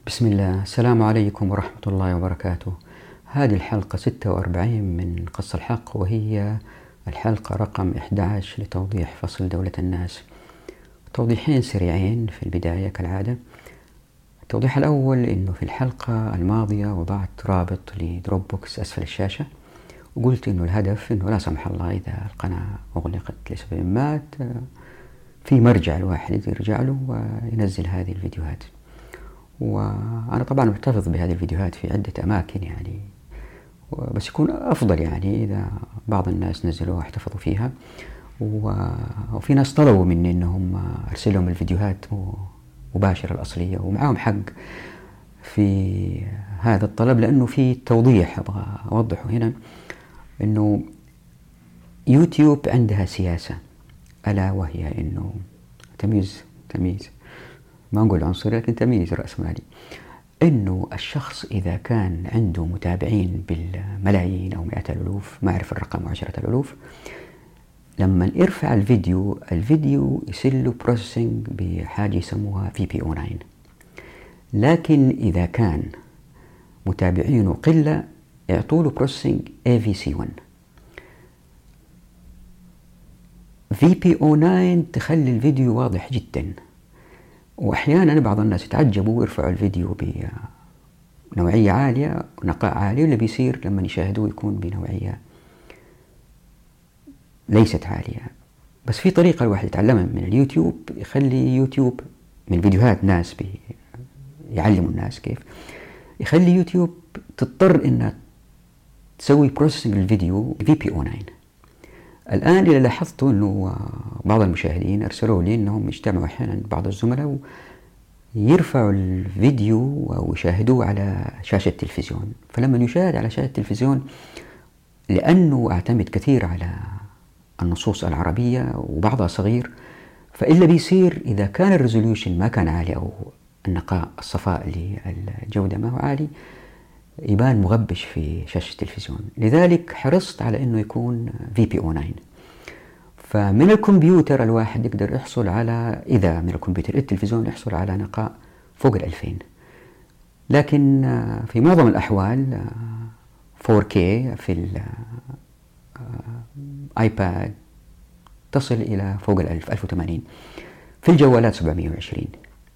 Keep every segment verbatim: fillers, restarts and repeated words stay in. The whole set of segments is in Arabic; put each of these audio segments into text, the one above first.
بسم الله. السلام عليكم ورحمة الله وبركاته. هذه الحلقة ستة وأربعين من قص الحق، وهي الحلقة رقم أحد عشر لتوضيح فصل دولة الناس. توضيحين سريعين في البداية كالعادة. التوضيح الأول أنه في الحلقة الماضية وضعت رابط لدروب بوكس أسفل الشاشة، وقلت أنه الهدف أنه لا سمح الله إذا القناة أغلقت لسبب ما في مرجع الواحد يرجع له وينزل هذه الفيديوهات. وأنا طبعا محتفظ بهذه الفيديوهات في عدة أماكن يعني، بس يكون أفضل يعني إذا بعض الناس نزلوها واحتفظوا فيها. وفي ناس طلبوا مني أنهم أرسل لهم الفيديوهات مباشرة الأصلية، ومعهم حق في هذا الطلب، لأنه في توضيح أبغى أوضحه هنا. أنه يوتيوب عندها سياسة، ألا وهي أنه تمييز تمييز ما نقول عنصري لكن تمييز رأسمالي. إنه الشخص إذا كان عنده متابعين بالملايين أو مئات الألوف، ما أعرف الرقم، عشرة الألوف، لما يرفع الفيديو الفيديو يسله بروسيسنج بحاجة يسموها في بي أو تسعة. لكن إذا كان متابعينه قلة يعطوله بروسيسنج إيه في سي واحد. في بي أو تسعة تخلي الفيديو واضح جدا، وأحيانا بعض الناس يتعجبوا ويرفعوا الفيديو بنوعية عالية ونقاء عالي، واللي بيصير لما يشاهدوه يكون بنوعية ليست عالية. بس في طريقة الواحد يتعلمها من اليوتيوب، يخلي يوتيوب من فيديوهات ناس يعلموا الناس كيف يخلي يوتيوب تضطر إنها تسوي بروسيسنج للفيديو في بي أو تسعة. الآن اللي لاحظته أنه بعض المشاهدين أرسلوا لي أنهم يجتمعوا أحيانا بعض الزملاء ويرفعوا الفيديو ويشاهدوه على شاشة التلفزيون. فلما يشاهد على شاشة التلفزيون، لأنه أعتمد كثير على النصوص العربية وبعضها صغير، فإلا بيصير إذا كان الريزوليوشن ما كان عالي أو النقاء الصفاء للجودة ما هو عالي، يبان مغبش في شاشة التلفزيون. لذلك حرصت على أنه يكون في بي أو تسعة. فمن الكمبيوتر الواحد يقدر يحصل على، إذا من الكمبيوتر التلفزيون يحصل على نقاء فوق الألفين. لكن في معظم الأحوال فور كي في الآيباد تصل إلى فوق الألف، ألف وثمانين، في الجوالات سبعمائة وعشرين.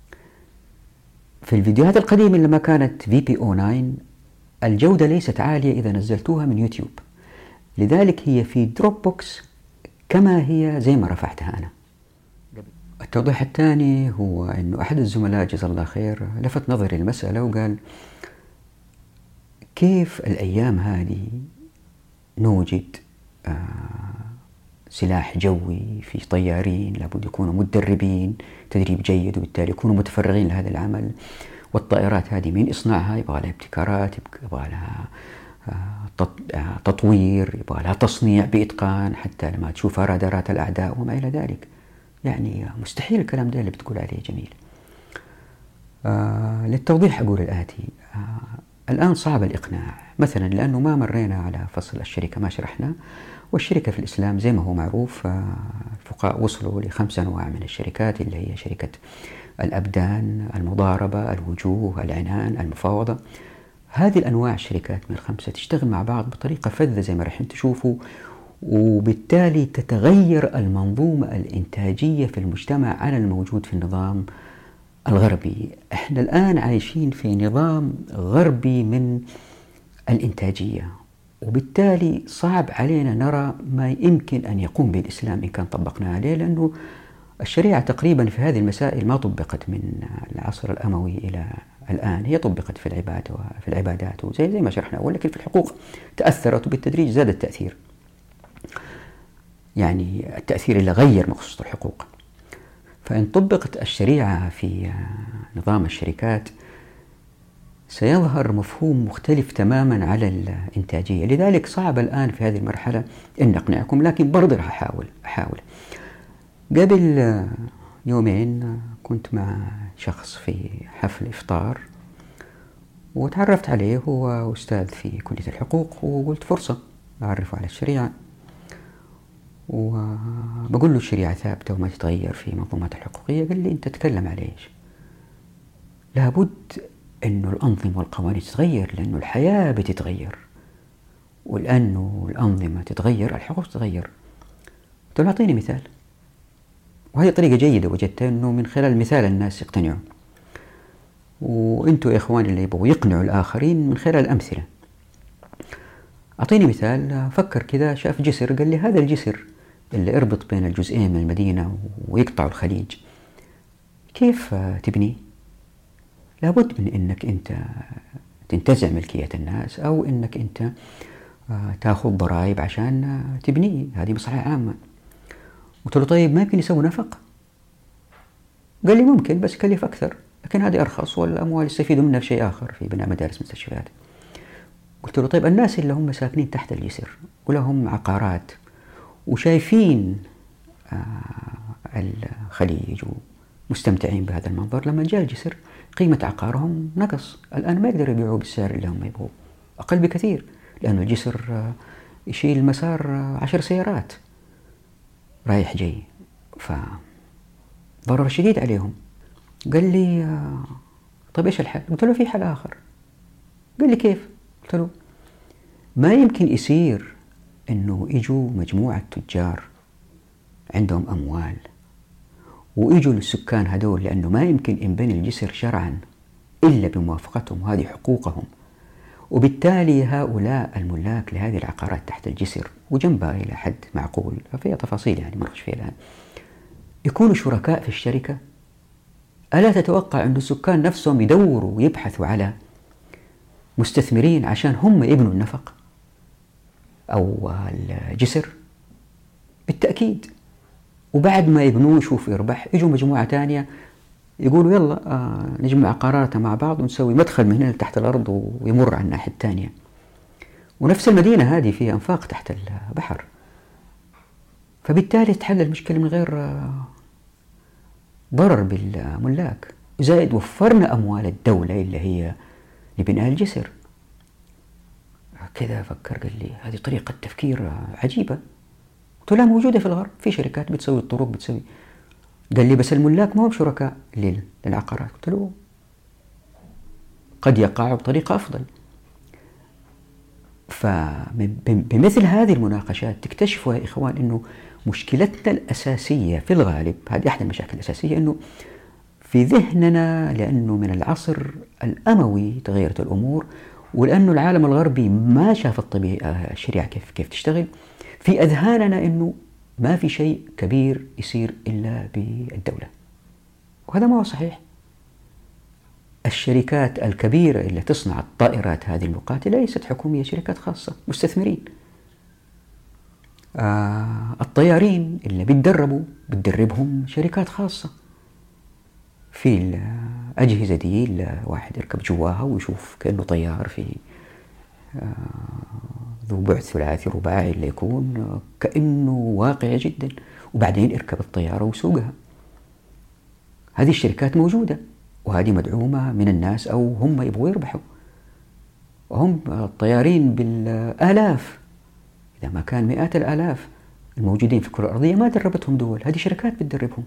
في الفيديوهات القديمة لما كانت في بي أو تسعة الجودة ليست عالية إذا نزلتوها من يوتيوب، لذلك هي في دروب بوكس كما هي زي ما رفعتها أنا. التوضيح الثاني هو أنه أحد الزملاء جزاه الله خير لفت نظري المسألة وقال: كيف الأيام هذه نوجد آه سلاح جوي في طيارين لابد يكونوا متدربين تدريب جيد وبالتالي يكونوا متفرغين لهذا العمل، والطائرات هذه من إصناعها يبغى لها ابتكارات، يبغى لها تطوير، يبغى لها تصنيع بإتقان حتى لما تشوفها رادارات الأعداء وما إلى ذلك. يعني مستحيل الكلام ده اللي بتقول عليه جميل. آه للتوضيح أقول الآتي: آه الآن صعب الإقناع، مثلا لأنه ما مرينا على فصل الشركة، ما شرحنا. والشركة في الإسلام زي ما هو معروف، الفقهاء وصلوا لخمس أنواع من الشركات، اللي هي شركة الأبدان، المضاربة، الوجوه، العنان، المفاوضة. هذه الأنواع الشركات من الخمسة تشتغل مع بعض بطريقة فذة زي ما راح تشوفوا، وبالتالي تتغير المنظومة الإنتاجية في المجتمع على الموجود في النظام الغربي. احنا الآن عايشين في نظام غربي من الإنتاجية، وبالتالي صعب علينا نرى ما يمكن أن يقوم به الإسلام إن كان طبقنا عليه، لأنه الشريعة تقريبا في هذه المسائل ما طبقت من العصر الأموي إلى الآن. هي طبقت في العبادة وفي العبادات وزي زي ما شرحنا أول، لكن في الحقوق تأثرت وبالتدريج زاد التأثير، يعني التأثير اللي غير مخصوص الحقوق. فإن طبقت الشريعة في نظام الشركات سيظهر مفهوم مختلف تماما على الإنتاجية. لذلك صعب الآن في هذه المرحلة أن نقنعكم، لكن برضه راح أحاول أحاول قبل يومين كنت مع شخص في حفل إفطار وتعرفت عليه، هو أستاذ في كلية الحقوق، وقلت فرصة أعرفه على الشريعة، وبقول له الشريعة ثابتة وما تتغير في منظومات الحقوقية. قال لي: أنت تتكلم على إيش؟ لابد إنه الأنظمة والقوانين تتغير، لأنه الحياة بتتغير، ولأنه الأنظمة تتغير الحقوق تتغير. طيب أعطيني مثال. وهذه طريقة جيدة وجدت أنه من خلال المثال الناس يقتنعوا، وأنتوا يا إخواني اللي يبغوا يقنعوا الآخرين من خلال الأمثلة. أعطيني مثال. فكر كذا، شاف جسر، قال لي هذا الجسر اللي يربط بين الجزئين من المدينة ويقطع الخليج كيف تبنيه؟ لابد من أنك أنت تنتزع ملكية الناس، أو أنك أنت تأخذ ضرائب عشان تبنيه، هذه مصلحة عامة. قلت له طيب ما يمكن يسوي نفق؟ قال لي ممكن بس يكلف أكثر، لكن هذه أرخص والأموال يستفيدوا منها في شيء آخر، في بناء مدارس مستشفيات. قلت له طيب الناس اللي هم ساكنين تحت الجسر ولهم عقارات وشايفين الخليج ومستمتعين بهذا المنظر، لما جاء الجسر قيمة عقارهم نقص، الآن ما يقدروا يبيعوا بالسعر اللي هم يبغوه، أقل بكثير، لأن الجسر يشيل مسار عشر سيارات رايح جاي، فضرر شديد عليهم. قال لي طيب إيش الحل؟ قلت له في حل آخر. قال لي كيف؟ قلت له ما يمكن يصير إنه يجوا مجموعة تجار عندهم أموال ويجوا للسكان هذول، لأنه ما يمكن ينبني الجسر شرعا إلا بموافقتهم، وهذه حقوقهم، وبالتالي هؤلاء الملاك لهذه العقارات تحت الجسر وجنبها إلى حد معقول، فيها تفاصيل يعني ما نخش فيها الآن، يكونوا شركاء في الشركة. ألا تتوقع أن السكان نفسهم يدوروا ويبحثوا على مستثمرين عشان هم يبنوا النفق أو الجسر؟ بالتأكيد. وبعد ما يبنوه يشوفوا يربح، يجوا مجموعة تانية يقولوا يلا آه نجمع عقاراتنا مع بعض ونسوي مدخل من هنا تحت الأرض ويمر على الناحية الثانية. ونفس المدينة هذه فيها أنفاق تحت البحر، فبالتالي تحل المشكلة من غير آه ضرر بالملاك. زائد وفرنا أموال الدولة اللي هي لبناء الجسر. كذا فكر، قال لي هذه طريقة تفكير عجيبة. قلت له موجودة في الغرب، في شركات بتسوي الطرق بتسوي. قال لي بس الملاك ما هم شركاء للعقارات. قلت له قد يقعوا بطريقة أفضل. فبمثل هذه المناقشات تكتشفوا يا إخوان أنه مشكلتنا الأساسية في الغالب، هذه أحد المشاكل الأساسية، أنه في ذهننا لأنه من العصر الأموي تغيرت الأمور، ولأنه العالم الغربي ما شاف الطبيعة الشريعة كيف كيف تشتغل، في أذهاننا أنه ما في شيء كبير يصير إلا بالدولة، وهذا ما هو صحيح. الشركات الكبيرة اللي تصنع الطائرات هذه المقاتلة ليست حكومية، شركات خاصة مستثمرين. آه الطيارين اللي بيتدربوا بتدربهم شركات خاصة. في الأجهزة دي اللي واحد يركب جواها ويشوف كأنه طيار في آه ذو بعث ثلاثي رباعي اللي يكون كأنه واقعي جدا، وبعدين يركب الطيارة ويسوقها. هذه الشركات موجودة وهذه مدعومة من الناس أو هم يبغوا يربحوا، وهم الطيارين بالآلاف، إذا ما كان مئات الآلاف الموجودين في الكرة الأرضية ما دربتهم دول، هذه شركات بتدربهم.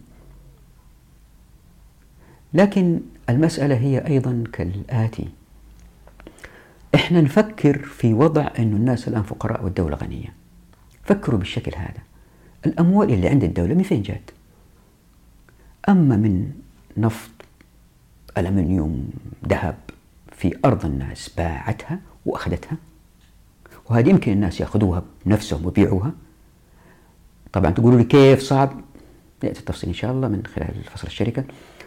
لكن المسألة هي أيضا كالآتي: إحنا نفكر في وضع أن الناس الآن فقراء والدولة غنية. فكروا بالشكل هذا: الأموال اللي عند الدولة من فين جات؟ أما من نفط، ألمنيوم، ذهب في أرض الناس باعتها وأخذتها، وهذه يمكن الناس يأخذوها بنفسهم ويبيعوها. طبعا تقولوا لي كيف؟ صعب، يأتي التفصيل إن شاء الله من خلال فصل الشركة.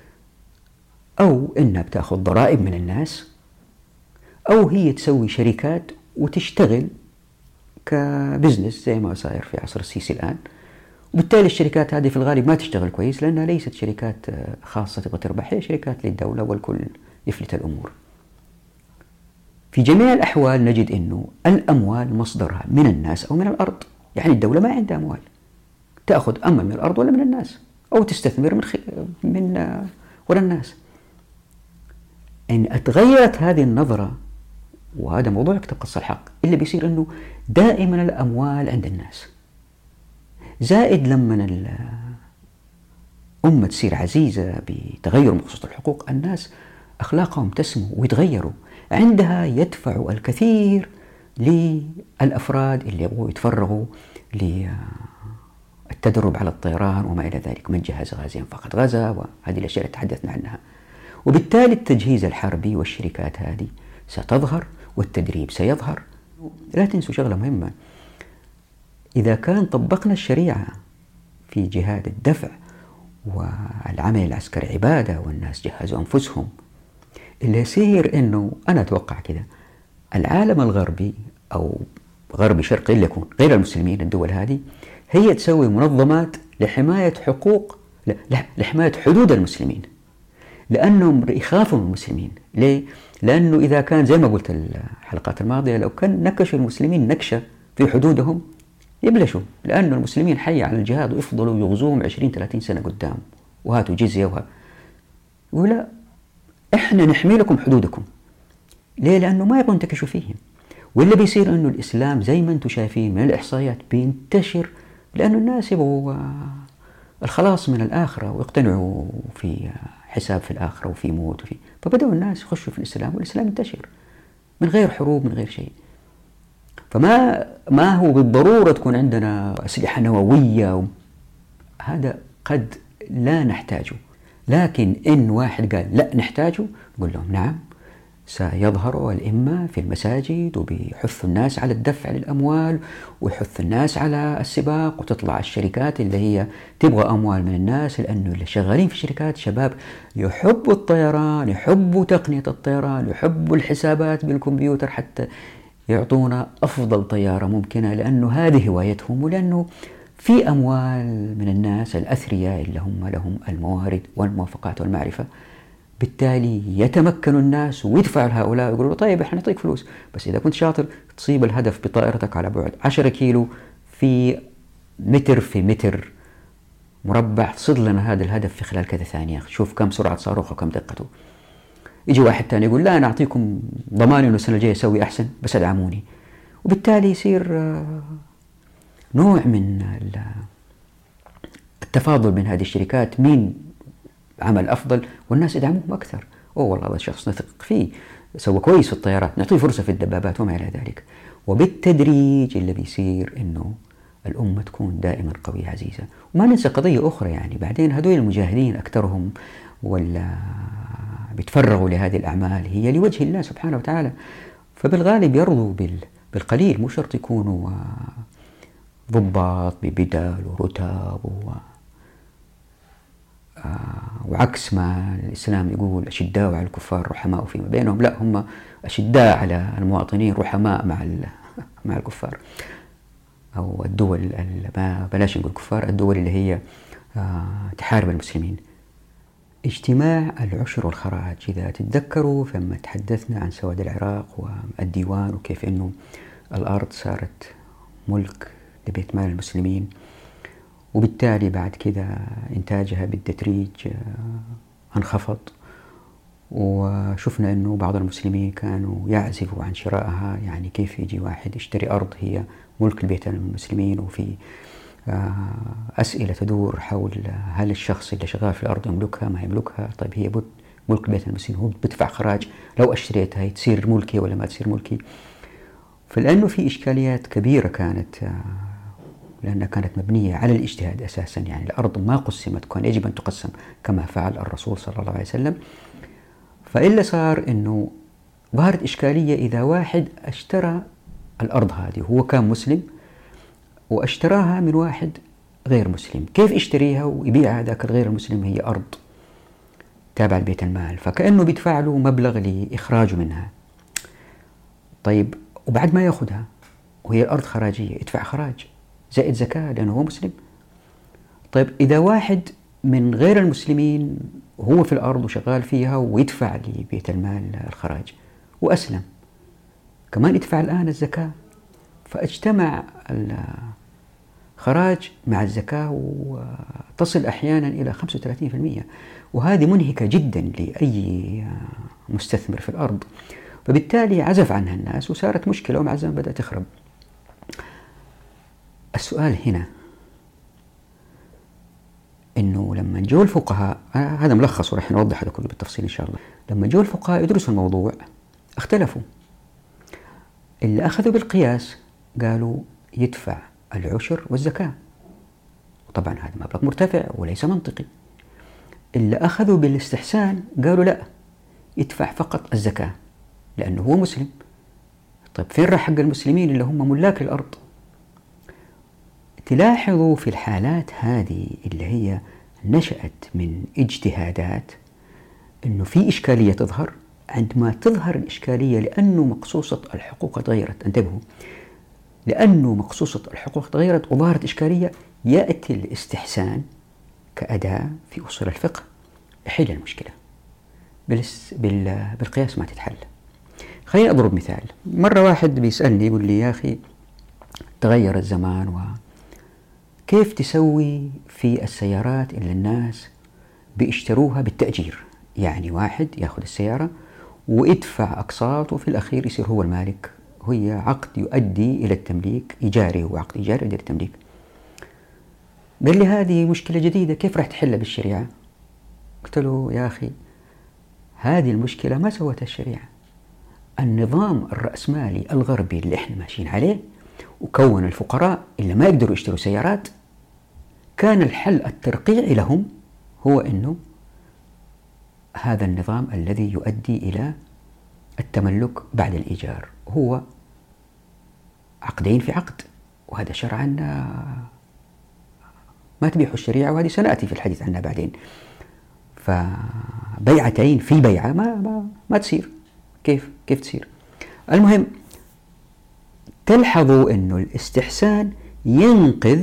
أو إنها بتأخذ ضرائب من الناس، أو هي تسوي شركات وتشتغل كبزنس زي ما صاير في عصر السيسي الآن، وبالتالي الشركات هذه في الغالب ما تشتغل كويس لأنها ليست شركات خاصة تبغى تربح، هي شركات للدولة والكل يفلت الأمور. في جميع الأحوال نجد أنه الأموال مصدرها من الناس أو من الأرض، يعني الدولة ما عندها أموال، تأخذ أما من الأرض ولا من الناس، أو تستثمر من, خل... من ولا الناس. إن اتغيرت هذه النظرة، وهذا موضوع كتاب قص الحق، اللي بيصير أنه دائما الأموال عند الناس. زائد لما الأمة تصير عزيزة بتغير مقصود الحقوق، الناس أخلاقهم تسمو ويتغيروا. عندها يدفع الكثير للأفراد اللي يبغوا يتفرغوا للتدرب على الطيران وما إلى ذلك، من جهز غازيا فقد غزا، وهذه الأشياء اللي تحدثنا عنها. وبالتالي التجهيز الحربي والشركات هذه ستظهر والتدريب سيظهر. لا تنسوا شغلة مهمة، إذا كان طبقنا الشريعة في جهاد الدفع والعمل العسكري عبادة والناس جهزوا أنفسهم، اللي يصير إنه أنا أتوقع كده العالم الغربي أو غربي شرقي اللي يكون غير المسلمين، الدول هذه هي تسوي منظمات لحماية حقوق لحماية حدود المسلمين، لأنهم يخافوا من المسلمين. ليه؟ لأنه إذا كان زي ما قلت الحلقات الماضية، لو كان نكشوا المسلمين نكشة في حدودهم يبلشوا، لأن المسلمين حي على الجهاد ويفضلوا يغزوهم عشرين ثلاثين سنة قدام وهاتوا جزية وها. ولا إحنا نحمي لكم حدودكم. ليه؟ لأنه ما يبغون ينتكشوا فيهم. واللي بيصير أنه الإسلام زي ما أنتم شايفين من الإحصائيات بينتشر، لأنه الناس يبغوا الخلاص من الآخرة ويقتنعوا في حساب في الآخرة وفي موت وفي، فبدأوا الناس يخشوا في الإسلام والإسلام ينتشر من غير حروب من غير شيء. فما ما هو بالضرورة تكون عندنا أسلحة نووية، هذا قد لا نحتاجه، لكن إن واحد قال لا نحتاجه نقول لهم نعم، سيظهر الإمة في المساجد وبيحث الناس على الدفع للأموال ويحث الناس على السباق، وتطلع الشركات اللي هي تبغى أموال من الناس، لأنه اللي شغالين في الشركات شباب يحبوا الطيران، يحبوا تقنية الطيران، يحبوا الحسابات بالكمبيوتر حتى يعطونا أفضل طيارة ممكنة، لأنه هذه هوايتهم، ولأنه في أموال من الناس الأثرياء اللي هم لهم الموارد والموافقات والمعرفة. بالتالي يتمكن الناس ويدفعوا لهؤلاء ويقولوا طيب احنا نعطيك فلوس، بس إذا كنت شاطر تصيب الهدف بطائرتك على بعد عشرة كيلو في متر في متر مربع، تصد لنا هذا الهدف في خلال كذا ثانية، شوف كم سرعة صاروخه وكم دقته. يجي واحد تاني يقول لا أنا أعطيكم ضمان إنه السنة الجاية أسوي أحسن بس ادعموني، وبالتالي يصير نوع من التفاضل بين هذه الشركات، مين عمل أفضل والناس يدعموهم أكثر. أوه والله هذا الشخص نثق فيه، سوى كويس في الطيارات، نعطيه فرصة في الدبابات وما إلى ذلك. وبالتدريج اللي بيصير إنه الأمة تكون دائما قوية عزيزة. وما ننسى قضية أخرى، يعني بعدين هذول المجاهدين أكثرهم ولا بيتفرغوا لهذه الأعمال هي لوجه الله سبحانه وتعالى، فبالغالب يرضوا بالقليل، مو شرط يكونوا ضباط ببدل ورتب و... وعكس ما الإسلام يقول أشداء على الكفار رحماء فيما بينهم، لا هم أشداء على المواطنين رحماء مع مع الكفار، أو الدول ما بلاش نقول كفار، الدول اللي هي تحارب المسلمين. اجتماع العشر والخراج، إذا تتذكروا فلما تحدثنا عن سواد العراق والديوان وكيف أنه الأرض صارت ملك لبيت مال المسلمين، وبالتالي بعد كده إنتاجها بالتدريج انخفض، وشفنا أنه بعض المسلمين كانوا يعزفوا عن شرائها. يعني كيف يجي واحد يشتري أرض هي ملك البيت المسلمين، وفي أسئلة تدور حول هل الشخص اللي شغال في الأرض يملكها ما يملكها؟ طيب هي ملك بيت المسلمين، هو بدفع خراج، لو اشتريتها هي تصير ملكي ولا ما تصير ملكي؟ فلأنه في إشكاليات كبيرة كانت، لأنها كانت مبنية على الاجتهاد أساسا، يعني الأرض ما قسمت، كان يجب أن تقسم كما فعل الرسول صلى الله عليه وسلم. فإلا صار أنه ظهرت إشكالية، إذا واحد اشترى الأرض هذه وهو كان مسلم واشتراها من واحد غير مسلم، كيف اشتريها ويبيع ذاك الغير المسلم؟ هي أرض تابع لبيت المال، فكأنه بيدفع له مبلغ لإخراجه منها. طيب وبعد ما يأخذها وهي الأرض خراجية يدفع خراج زائد زكاة لأنه هو مسلم. طيب إذا واحد من غير المسلمين وهو في الأرض وشغال فيها ويدفع لبيت المال الخراج وأسلم، كمان يدفع الآن الزكاة، فاجتمع الخراج مع الزكاة وتصل أحيانا إلى خمسة وثلاثين بالمئة، وهذه منهكة جدا لأي مستثمر في الأرض. فبالتالي عزف عنها الناس وصارت مشكلة، ومع الزمن بدأت تخرب. السؤال هنا إنه لما جو الفقهاء، هذا ملخص ورح نوضح هذا كله بالتفصيل إن شاء الله، لما جو الفقهاء يدرسوا الموضوع اختلفوا. اللي أخذوا بالقياس قالوا يدفع العشر والزكاة، وطبعا هذا مبلغ مرتفع وليس منطقي. اللي أخذوا بالاستحسان قالوا لا، يدفع فقط الزكاة لأنه هو مسلم. طيب فين راح حق المسلمين اللي هم ملاك الأرض؟ تلاحظوا في الحالات هذه اللي هي نشأت من اجتهادات أنه في إشكالية تظهر. عندما تظهر الإشكالية لأنه مقصوصة الحقوق تغيرت، انتبهوا، لأنه مقصوصة الحقوق تغيرت وظهرت إشكالية، يأتي الاستحسان كأداة في أصول الفقه يحل المشكلة. بالقياس ما تتحل. خليني أضرب مثال. مرة واحد بيسألني يقول لي يا أخي تغير الزمان، وكيف تسوي في السيارات اللي الناس بيشتروها بالتأجير؟ يعني واحد يأخذ السيارة ويدفع أقساط وفي الأخير يصير هو المالك، هي عقد يؤدي إلى التمليك، إيجاري، هو عقد إيجاري يؤدي إلى التمليك. قال لي هذه مشكلة جديدة، كيف راح تحلها بالشريعة؟ قلت له يا أخي هذه المشكلة ما سوتها الشريعة، النظام الرأسمالي الغربي اللي احنا ماشيين عليه وكون الفقراء اللي ما يقدروا يشتروا سيارات، كان الحل الترقيعي لهم هو انه هذا النظام الذي يؤدي الى التملك بعد الايجار، هو عقدين في عقد، وهذا شرعا ما تبيح الشريعة، وهذه سنأتي في الحديث عنها بعدين. فبيعتين في بيعة ما, ما, ما تصير. كيف كيف تصير؟ المهم تلحظوا أنه الاستحسان ينقذ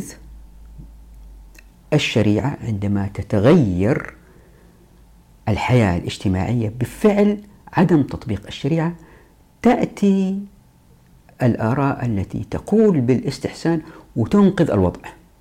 الشريعة عندما تتغير الحياة الاجتماعية بفعل عدم تطبيق الشريعة. تأتي الآراء التي تقول بالاستحسان وتنقذ الوضع.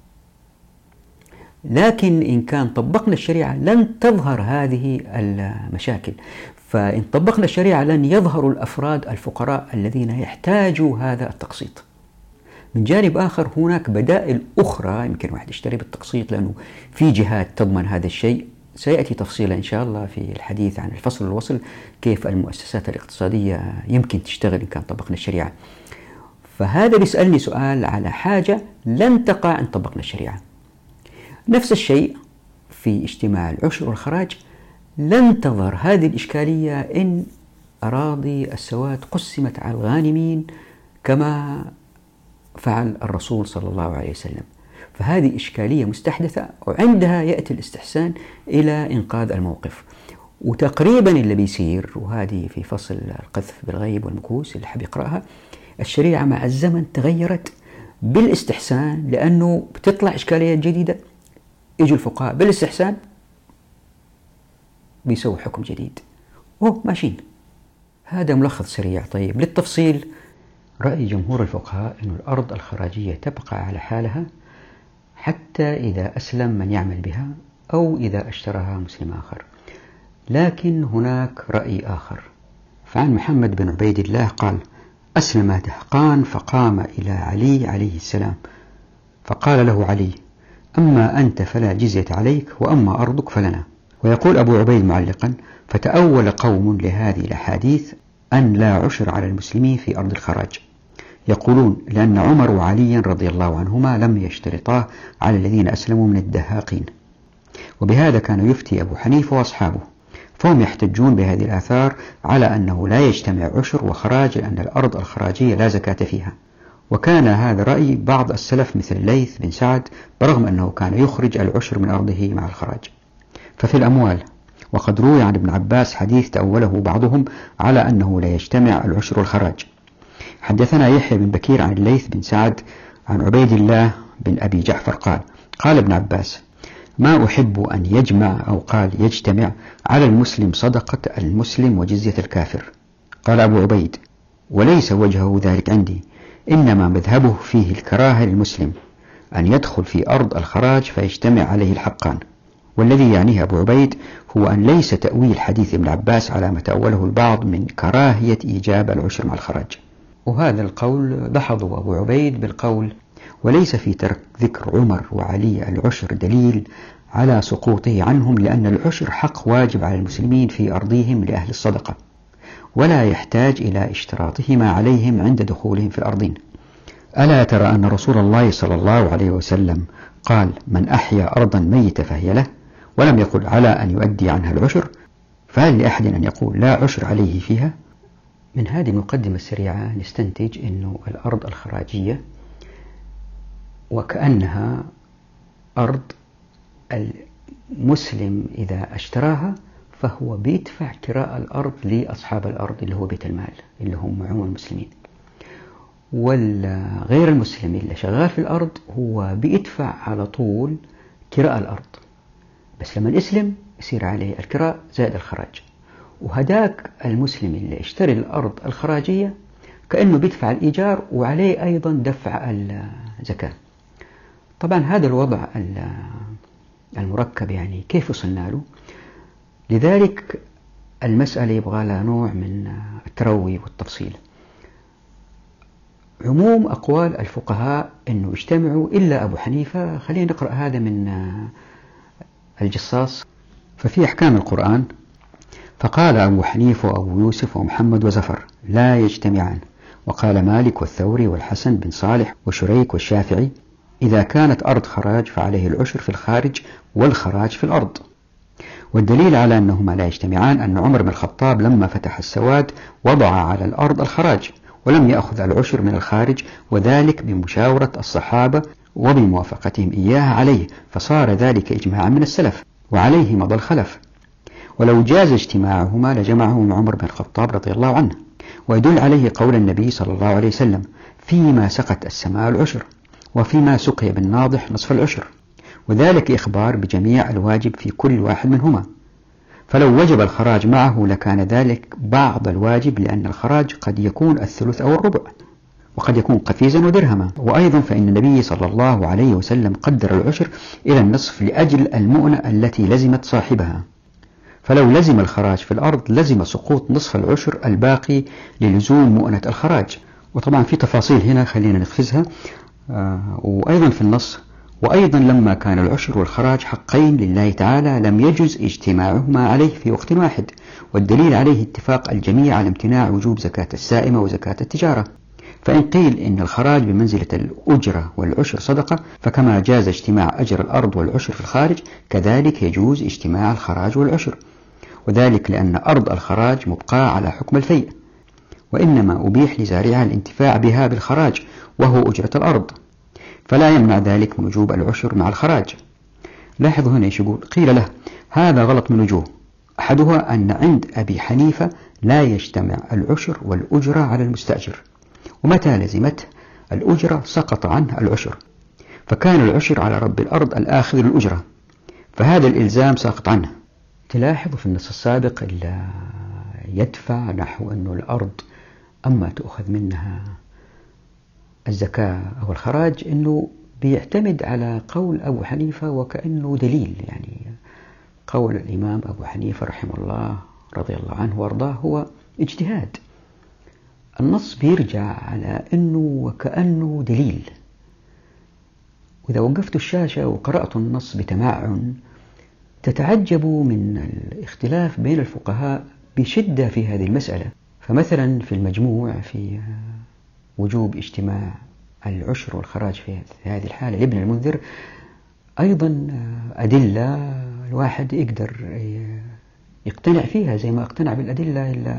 لكن إن كان طبقنا الشريعة لن تظهر هذه المشاكل. فإن طبقنا الشريعة لن يظهر الأفراد الفقراء الذين يحتاجوا هذا التقسيط. من جانب آخر هناك بدائل أخرى يمكن واحد يشتري بالتقسيط، لأنه في جهات تضمن هذا الشيء. سيأتي تفصيلا إن شاء الله في الحديث عن الفصل والوصل، كيف المؤسسات الاقتصادية يمكن تشتغل إن كان طبقنا الشريعة. فهذا بيسألني سؤال على حاجة لن تقع إن طبقنا الشريعة. نفس الشيء في اجتماع العشر والخراج، لن تظهر هذه الإشكالية إن أراضي السواد قسمت على الغانمين كما فعل الرسول صلى الله عليه وسلم. فهذه إشكالية مستحدثة، وعندها يأتي الاستحسان إلى إنقاذ الموقف. وتقريبا اللي بيصير، وهذه في فصل القذف بالغيب والمكوس اللي حاب يقرأها، الشريعة مع الزمن تغيرت بالاستحسان، لأنه بتطلع إشكاليات جديدة، يجوا الفقهاء بالاستحسان بيسوي حكم جديد، أوه ماشيين. هذا ملخص سريع. طيب للتفصيل، رأي جمهور الفقهاء أن الأرض الخراجية تبقى على حالها حتى إذا أسلم من يعمل بها أو إذا اشتراها مسلم آخر. لكن هناك رأي آخر. فعن محمد بن عبيد الله قال: أسلم دهقان فقام إلى علي عليه السلام فقال له علي: أما أنت فلا جزية عليك، وأما أرضك فلنا. ويقول أبو عبيد معلقا: فتأول قوم لهذه الأحاديث أن لا عشر على المسلمين في أرض الخراج، يقولون لأن عمر وعلي رضي الله عنهما لم يشترطا على الذين أسلموا من الدهاقين. وبهذا كان يفتي أبو حنيفة وأصحابه، فهم يحتجون بهذه الآثار على أنه لا يجتمع عشر وخراج، لأن الأرض الخراجية لا زكاة فيها. وكان هذا رأي بعض السلف مثل الليث بن سعد، برغم أنه كان يخرج العشر من أرضه مع الخراج. ففي الأموال، وقد روي عن ابن عباس حديث تأوله بعضهم على أنه لا يجتمع العشر والخراج. حدثنا يحيى بن بكير عن الليث بن سعد عن عبيد الله بن أبي جعفر قال: قال ابن عباس: ما أحب أن يجمع أو قال يجتمع على المسلم صدقة المسلم وجزية الكافر. قال أبو عبيد: وليس وجهه ذلك عندي، إنما مذهبه فيه الكراهة للمسلم أن يدخل في أرض الخراج فيجتمع عليه الحقان. والذي يعنيه أبو عبيد هو أن ليس تأويل حديث ابن عباس على ما تأوله البعض من كراهية إيجاب العشر مع الخراج. وهذا القول دحضه أبو عبيد بالقول: وليس في ترك ذكر عمر وعلي العشر دليل على سقوطه عنهم، لأن العشر حق واجب على المسلمين في أرضهم لأهل الصدقة، ولا يحتاج إلى اشتراطهما عليهم عند دخولهم في الأرضين. ألا ترى أن رسول الله صلى الله عليه وسلم قال: من أحيا أرضا ميتة فهي له، ولم يقل على أن يؤدي عنها العشر، فهل لأحد أن يقول لا عشر عليه فيها؟ من هذه المقدمة السريعة نستنتج أن الأرض الخراجية وكأنها أرض المسلم إذا اشتراها فهو بيدفع كراء الأرض لأصحاب الأرض اللي هو بيت المال اللي هم عموم المسلمين، والغير المسلم اللي شغال في الأرض هو بيدفع على طول كراء الأرض، بس لما يسلم يصير عليه الكراء زائد الخراج. وهداك المسلم اللي اشتري الأرض الخراجية كأنه بيدفع الإيجار وعليه أيضا دفع الزكاة. طبعا هذا الوضع المركب يعني كيف وصلنا له؟ لذلك المسألة يبغى لها نوع من التروي والتفصيل. عموم أقوال الفقهاء أنه اجتمعوا إلا أبو حنيفة. خلينا نقرأ هذا من الجصاص. ففي أحكام القرآن: فقال أبو حنيفة وأبو يوسف ومحمد وزفر لا يجتمعان. وقال مالك والثوري والحسن بن صالح وشريك والشافعي: إذا كانت أرض خراج فعليه العشر في الخارج والخراج في الأرض. والدليل على أنهما لا يجتمعان أن عمر بن الخطاب لما فتح السواد وضع على الأرض الخراج ولم يأخذ العشر من الخارج، وذلك بمشاورة الصحابة وبموافقتهم إياها عليه، فصار ذلك إجماعا من السلف وعليه مضى الخلف. ولو جاز اجتماعهما لجمعهم عمر بن الخطاب رضي الله عنه. ويدل عليه قول النبي صلى الله عليه وسلم: فيما سقت السماء العشر، وفيما سقي بالناضح نصف العشر، وذلك إخبار بجميع الواجب في كل واحد منهما. فلو وجب الخراج معه لكان ذلك بعض الواجب، لأن الخراج قد يكون الثلث أو الربع، وقد يكون قفيزا ودرهما. وأيضا فإن النبي صلى الله عليه وسلم قدر العشر إلى النصف لأجل المؤنة التي لزمت صاحبها، فلو لزم الخراج في الأرض لزم سقوط نصف العشر الباقي للزوم مؤنة الخراج. وطبعا في تفاصيل هنا خلينا نخفزها. آه وأيضا في النص: وأيضا لما كان العشر والخراج حقين لله تعالى لم يجز اجتماعهما عليه في وقت واحد. والدليل عليه اتفاق الجميع على امتناع وجوب زكاة السائمة وزكاة التجارة. فإن قيل إن الخراج بمنزلة الأجرة والعشر صدقة، فكما جاز اجتماع أجر الأرض والعشر في الخارج كذلك يجوز اجتماع الخراج والعشر، وذلك لأن أرض الخراج مبقاة على حكم الفيء، وإنما أبيح لزارعها الانتفاع بها بالخراج وهو أجرة الأرض، فلا يمنع ذلك من وجوب العشر مع الخراج. لاحظوا هنا ايش يقول: قيل له هذا غلط من وجوه، أحدها أن عند أبي حنيفة لا يجتمع العشر والأجرة على المستأجر، ومتى لزمته الأجرة سقط عنه العشر، فكان العشر على رب الأرض الآخذ للأجرة، فهذا الإلزام ساقط عنه. تلاحظوا في النص السابق اللي يدفع نحو أنه الأرض أما تأخذ منها الزكاة أو الخراج أنه بيعتمد على قول أبو حنيفة وكأنه دليل، يعني قول الإمام أبو حنيفة رحمه الله رضي الله عنه وارضاه هو اجتهاد. النص بيرجع على أنه وكأنه دليل. وإذا وقفت الشاشة وقرأت النص بتمعن تتعجبوا من الاختلاف بين الفقهاء بشدة في هذه المسألة. فمثلا في المجموع في وجوب اجتماع العشر والخراج في هذه الحالة لابن المنذر أيضا أدلة الواحد يقدر يقتنع فيها زي ما اقتنع بالأدلة إلا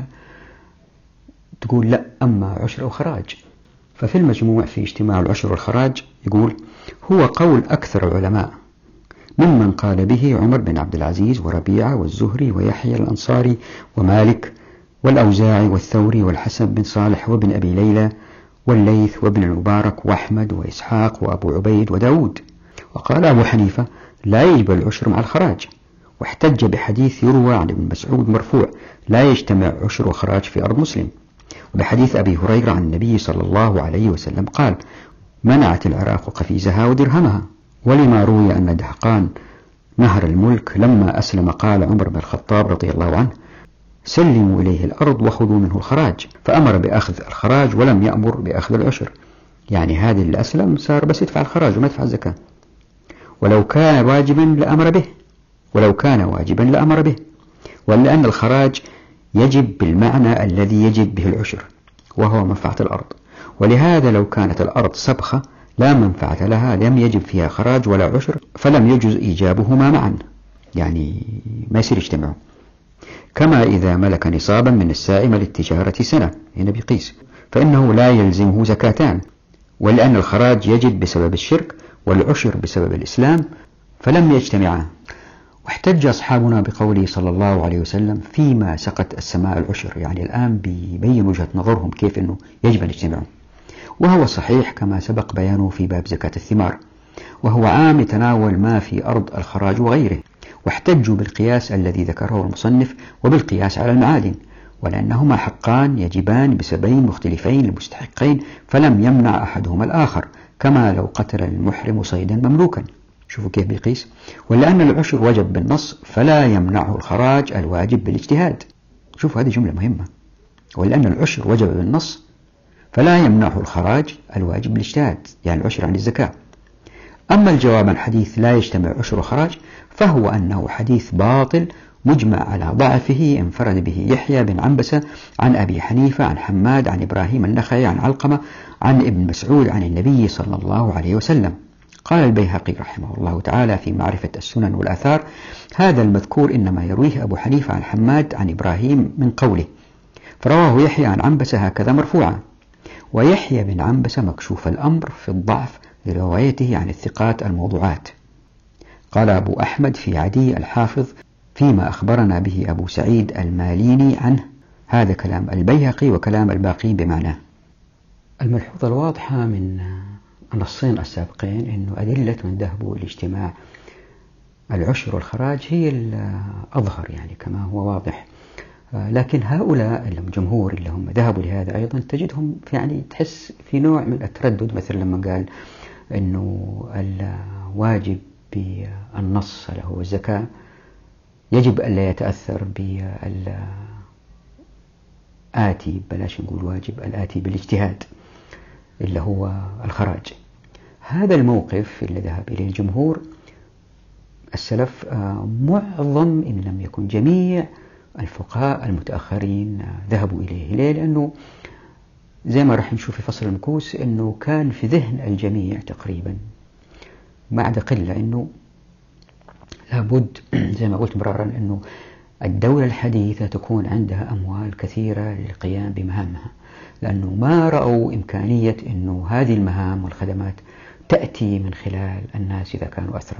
تقول لا أما عشر أو خراج. ففي المجموع في اجتماع العشر والخراج يقول: هو قول أكثر العلماء ممن قال به عمر بن عبد العزيز وربيعة والزهري ويحيى الأنصاري ومالك والأوزاعي والثوري والحسن بن صالح وابن أبي ليلى والليث وابن المبارك وأحمد وإسحاق وأبو عبيد وداود. وقال أبو حنيفة: لا يجب العشر مع الخراج، واحتج بحديث يروى عن ابن مسعود مرفوع: لا يجتمع عشر وخراج في أرض مسلم، وبحديث أبي هريرة عن النبي صلى الله عليه وسلم قال: منعت العراق قفيزها ودرهمها. ولما روي أن دهقان نهر الملك لما أسلم قال عمر بن الخطاب رضي الله عنه: سلموا إليه الأرض وخذوا منه الخراج، فأمر بأخذ الخراج ولم يأمر بأخذ العشر، يعني هذا اللي أسلم صار بس يدفع الخراج وما يدفع الزكاة. ولو كان واجبا لأمر به ولو كان واجبا لأمر به ولأن الخراج يجب بالمعنى الذي يجب به العشر وهو منفعة الأرض، ولهذا لو كانت الأرض سبخة لا منفعة لها لم يجب فيها خراج ولا عشر، فلم يجوز إيجابهما معا، يعني ما يصير يجتمعوا. كما إذا ملك نصابا من السائمة للتجارة سنة، هنا بيقيس، فإنه لا يلزمه زكاتان، ولأن الخراج يجب بسبب الشرك والعشر بسبب الإسلام فلم يجتمعا. واحتج أصحابنا بقوله صلى الله عليه وسلم فيما سقط السماء العشر، يعني الآن بيبين وجهة نظرهم كيف أنه يجب أن يجتمعوا، وهو صحيح كما سبق بيانه في باب زكاة الثمار، وهو عام يتناول ما في أرض الخراج وغيره. واحتجوا بالقياس الذي ذكره المصنف وبالقياس على المعادن، ولأنهما حقان يجبان بسببين مختلفين للمستحقين فلم يمنع أحدهما الآخر، كما لو قتل المحرم صيدا مملوكا. شوفوا كيف بيقيس. ولأن العشر وجب بالنص فلا يمنعه الخراج الواجب بالاجتهاد. شوفوا هذه جملة مهمة، ولأن العشر وجب بالنص فلا يمنعه الخراج الواجب بالاجتهاد، يعني العشر عن الزكاة. أما الجواب عن حديث لا يجتمع عشر وخراج فهو أنه حديث باطل مجمع على ضعفه، انفرد به يحيى بن عنبسة عن أبي حنيفة عن حماد عن إبراهيم النخعي عن علقمة عن ابن مسعود عن النبي صلى الله عليه وسلم. قال البيهقي رحمه الله تعالى في معرفة السنن والآثار: هذا المذكور إنما يرويه أبو حنيفة عن حماد عن إبراهيم من قوله، فرواه يحيى عن عنبسة هكذا مرفوعا. ويحيى بن عنبسة مكشوف الأمر في الضعف لروايته عن الثقات الموضوعات. قال أبو أحمد في عدي الحافظ فيما أخبرنا به أبو سعيد الماليني عنه: هذا كلام البيهقي وكلام الباقين بمعناه. الملحوظة الواضحة من النصين السابقين أنه أدلة ذهب لاجتماع العشر والخراج هي الأظهر، يعني كما هو واضح. لكن هؤلاء اللي هم جمهور اللي هم ذهبوا لهذا أيضا تجدهم يعني تحس في نوع من التردد، مثل لما قال أنه الواجب بالنص اللي هو الزكاة يجب ألا يتأثر بالآتي، بلاش نقول واجب، الآتي بالاجتهاد اللي هو الخراج. هذا الموقف اللي ذهب إليه الجمهور السلف معظم إن لم يكن جميع الفقهاء المتأخرين ذهبوا إليه. ليه؟ لأنه زي ما راح نشوف في فصل المكوس أنه كان في ذهن الجميع تقريبا ما عدا قلة أنه لابد زي ما قلت مرارا أنه الدولة الحديثة تكون عندها أموال كثيرة للقيام بمهامها، لأنه ما رأوا إمكانية أنه هذه المهام والخدمات تأتي من خلال الناس إذا كانوا أثرا.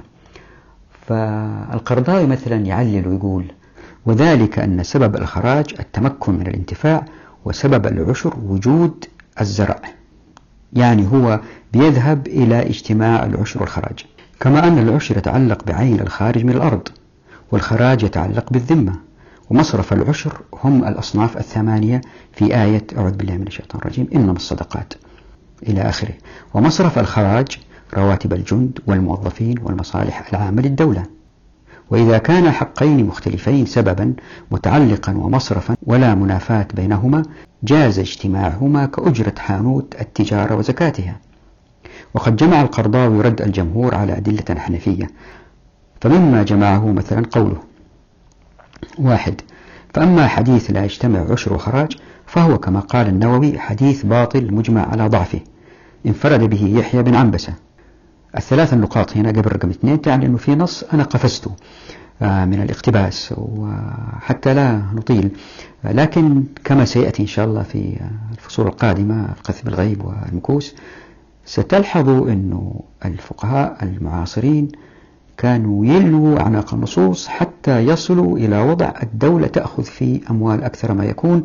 فالقرضاوي مثلا يعلل ويقول: وذلك أن سبب الخراج التمكن من الانتفاع، وسبب العشر وجود الزرع، يعني هو بيذهب إلى اجتماع العشر والخراج، كما أن العشر يتعلق بعين الخارج من الأرض، والخراج يتعلق بالذمة. ومصرف العشر هم الأصناف الثمانية في آية أعوذ بالله من الشيطان الرجيم إنما الصدقات إلى آخره. ومصرف الخراج رواتب الجند والموظفين والمصالح العامة للدولة. وإذا كان حقين مختلفين سببا متعلقا ومصرفا ولا منافاة بينهما جاز اجتماعهما كأجرة حانوت التجارة وزكاتها. وقد جمع القرضاوي رد الجمهور على أدلة حنفية، فمما جمعه مثلا قوله: واحد، فأما حديث لا يجتمع عشر وخراج فهو كما قال النووي حديث باطل مجمع على ضعفه، انفرد به يحيى بن عنبسة. الثلاث النقاط هنا قبل رقم اثنين تعني أنه في نص أنا قفزته من الاقتباس وحتى لا نطيل، لكن كما سيأتي إن شاء الله في الفصول القادمة في قذف الغيب والمكوس ستلحظوا أنه الفقهاء المعاصرين كانوا يلووا أعناق النصوص حتى يصلوا إلى وضع الدولة تأخذ في أموال أكثر ما يكون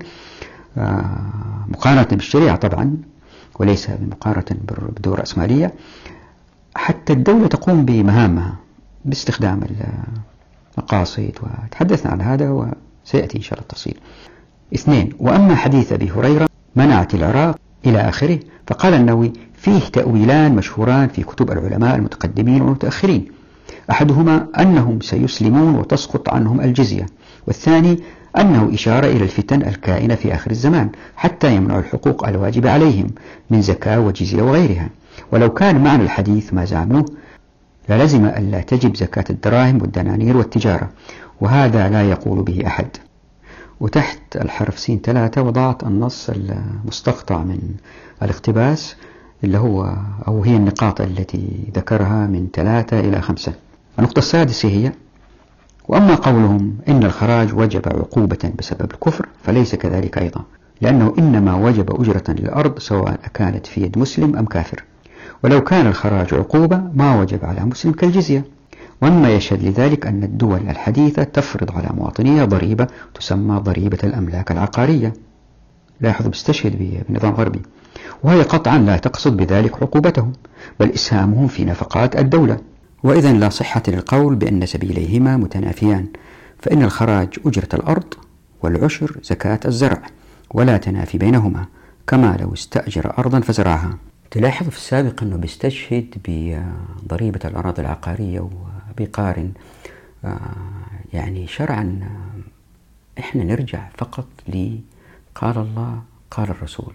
مقارنة بالشريعة طبعا، وليس بمقارنة بالدول الرأسمالية، حتى الدولة تقوم بمهامها باستخدام المقاصد، وتحدثنا عن هذا وسيأتي إن شاء الله التفصيل. اثنين، وأما حديث أبي هريرة منعت العراق إلى آخره، فقال النووي فيه تأويلان مشهوران في كتب العلماء المتقدمين والمتأخرين، أحدهما أنهم سيسلمون وتسقط عنهم الجزية، والثاني أنه إشارة إلى الفتن الكائنة في آخر الزمان حتى يمنعوا الحقوق الواجبة عليهم من زكاة وجزية وغيرها. ولو كان معنى الحديث ما زعموه للزم ألا تجب زكاة الدراهم والدنانير والتجارة، وهذا لا يقول به أحد. وتحت الحرف سين ثلاثة وضعت النص المستقطع من الاقتباس اللي هو أو هي النقاط التي ذكرها من ثلاثة إلى خمسة. النقطة السادسة هي: وأما قولهم إن الخراج وجب عقوبة بسبب الكفر فليس كذلك أيضا، لأنه إنما وجب أجرة للأرض سواء كانت في يد مسلم أم كافر، ولو كان الخراج عقوبة ما وجب على مسلم كالجزية. ومما يشهد لذلك أن الدول الحديثة تفرض على مواطنيها ضريبة تسمى ضريبة الأملاك العقارية، لاحظوا بيستشهد بنظام غربي، وهي قطعا لا تقصد بذلك عقوبتهم بل إسهامهم في نفقات الدولة. وإذن لا صحة للقول بأن سبيليهما متنافيان، فإن الخراج أجرة الأرض والعشر زكاة الزرع، ولا تنافي بينهما، كما لو استأجر أرضا فزرعها. تلاحظ في السابق أنه بيستشهد بضريبة الأراضي العقارية وبيقارن، يعني شرعا إحنا نرجع فقط لي قال الله قال الرسول،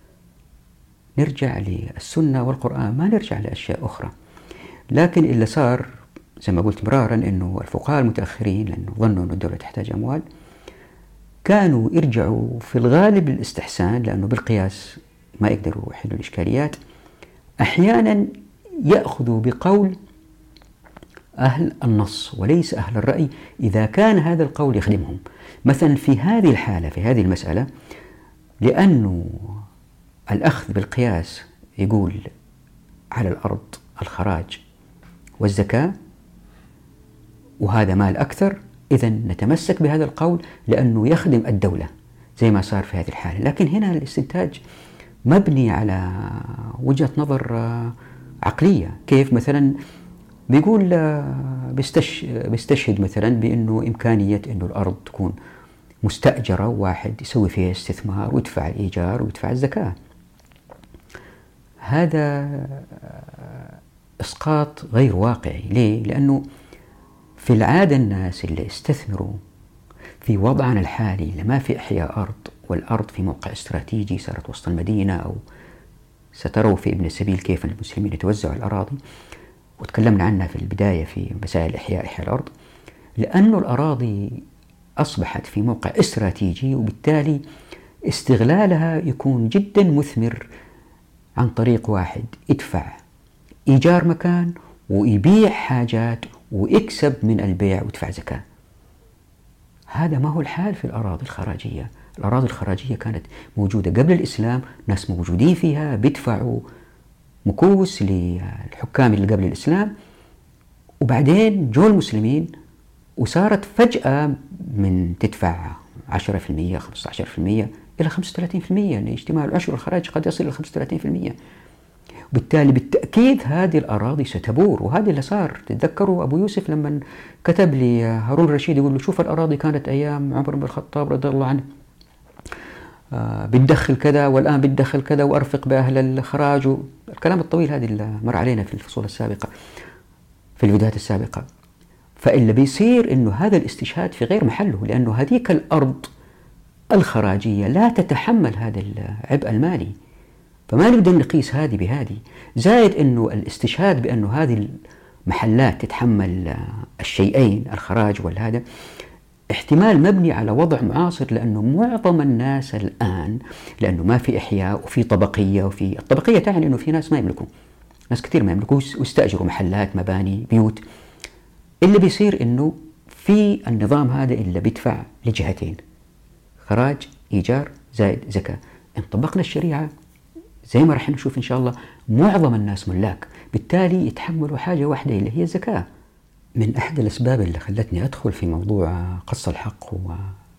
نرجع للسنة والقرآن، ما نرجع لأشياء أخرى. لكن اللي صار زي ما قلت مرارا أنه الفقهاء المتأخرين لأنه ظنوا أن الدولة تحتاج أموال كانوا يرجعوا في الغالب للاستحسان، لأنه بالقياس ما يقدروا يحلوا الإشكاليات. أحيانا يأخذوا بقول أهل النص وليس أهل الرأي إذا كان هذا القول يخدمهم. مثلا في هذه الحالة في هذه المسألة، لأنه الأخذ بالقياس يقول على الأرض الخراج والزكاة وهذا مال أكثر، إذن نتمسك بهذا القول لأنه يخدم الدولة زي ما صار في هذه الحالة. لكن هنا الاستنتاج مبني على وجهة نظر عقلية. كيف؟ مثلا بيقول بيستشهد مثلا بأنه إمكانية أنه الأرض تكون مستأجرة وواحد يسوي فيها استثمار ويدفع الإيجار ويدفع الزكاة. هذا إسقاط غير واقعي. ليه؟ لأنه في العادة الناس اللي استثمروا في وضعنا الحالي لما في إحياء أرض، والأرض في موقع استراتيجي صارت وسط المدينة، أو ستروا في ابن السبيل كيف المسلمين يتوزعوا الأراضي، وتكلمنا عنها في البداية في مسائل إحياء إحياء الأرض. لأنه الأراضي أصبحت في موقع استراتيجي، وبالتالي استغلالها يكون جدا مثمر عن طريق واحد يدفع إيجار مكان ويبيع حاجات ويكسب من البيع ويدفع زكاة. هذا ما هو الحال في الأراضي الخراجية. الأراضي الخراجية كانت موجودة قبل الإسلام، ناس موجودين فيها بيدفعوا مكوس للحكام اللي قبل الإسلام، وبعدين جو المسلمين وصارت فجأة من تدفع عشرة بالمئة خمسة عشر بالمئة إلى خمسة وثلاثين بالمئة، يعني اجتماع العشر والخراج قد يصل إلى خمسة وثلاثين بالمئة. وبالتالي بالتأكيد هذه الأراضي ستبور، وهذا اللي صار. تتذكروا أبو يوسف لما كتب لي هارون الرشيد يقول له شوف الأراضي كانت أيام عمر بن الخطاب رضي الله عنه آه بتدخل كذا، والآن بتدخل كذا، وأرفق بأهل الخراج، الكلام الطويل هذا اللي مر علينا في الفصول السابقة في الفيديوهات السابقة. فإلا بيصير إنه هذا الاستشهاد في غير محله، لأنه هذيك الأرض الخراجية لا تتحمل هذا العبء المالي، فما نقدر نقيس هذه بهذه. زائد إنه الاستشهاد بأنه هذه المحلات تتحمل الشيئين الخراج والهذا احتمال مبني على وضع معاصر، لأنه معظم الناس الآن لأنه ما في إحياء وفي طبقية، وفي الطبقية تعني إنه في ناس ما يملكوا، ناس كثير ما يملكوا واستأجروا محلات مباني بيوت. اللي بيصير إنه في النظام هذا اللي بيدفع لجهتين، خراج إيجار زائد زكاة. إن طبقنا الشريعة زي ما رح نشوف إن شاء الله معظم الناس ملاك، بالتالي يتحملوا حاجة واحدة اللي هي الزكاة. من أحد الأسباب اللي خلتني أدخل في موضوع قص الحق هو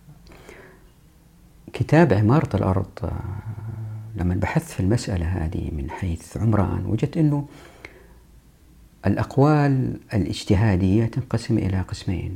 كتاب عمارة الأرض. لما بحثت في المسألة هذه من حيث عمران وجدت أنه الأقوال الاجتهادية تنقسم إلى قسمين،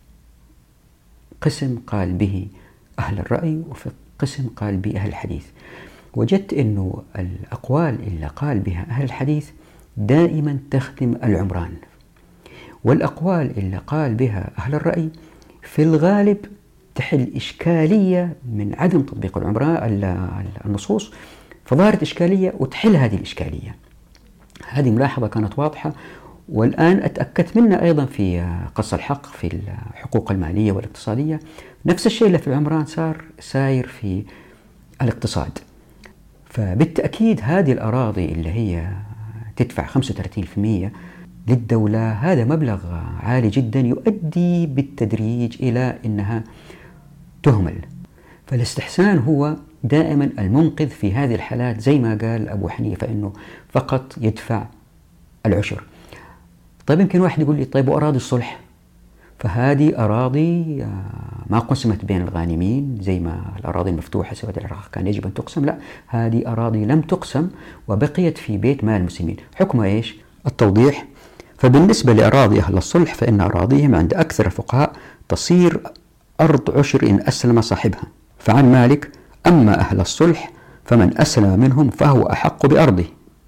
قسم قال به أهل الرأي وفي قسم قال به أهل الحديث. وجدت أنه الأقوال اللي قال بها أهل الحديث دائما تخدم العمران، والأقوال اللي قال بها أهل الرأي في الغالب تحل إشكالية من عدم تطبيق العمران النصوص، فظهرت إشكالية وتحل هذه الإشكالية. هذه ملاحظة كانت واضحة، والآن أتأكدت منه أيضا في قص الحق في الحقوق المالية والاقتصادية، نفس الشيء اللي في العمران صار ساير في الاقتصاد. فبالتأكيد هذه الأراضي اللي هي تدفع خمسة وثلاثين بالمئة للدولة هذا مبلغ عالي جدا يؤدي بالتدريج إلى أنها تهمل. فالاستحسان هو دائما المنقذ في هذه الحالات، زي ما قال أبو حنيفة أنه فقط يدفع العشر. طيب يمكن واحد يقول لي طيب وأراضي الصلح؟ فهذه أراضي ما قسمت بين الغانمين زي ما الأراضي المفتوحة سواء العراق كان يجب أن تقسم، لا، هذه أراضي لم تقسم وبقيت في بيت مال المسلمين. حكمها إيش؟ التوضيح. فبالنسبة لأراضي أهل الصلح فإن أراضيهم عند أكثر الفقهاء تصير أرض عشر إن أسلم صاحبها. فعن مالك: أما أهل الصلح فمن أسلم منهم فهو أحق بأرضه.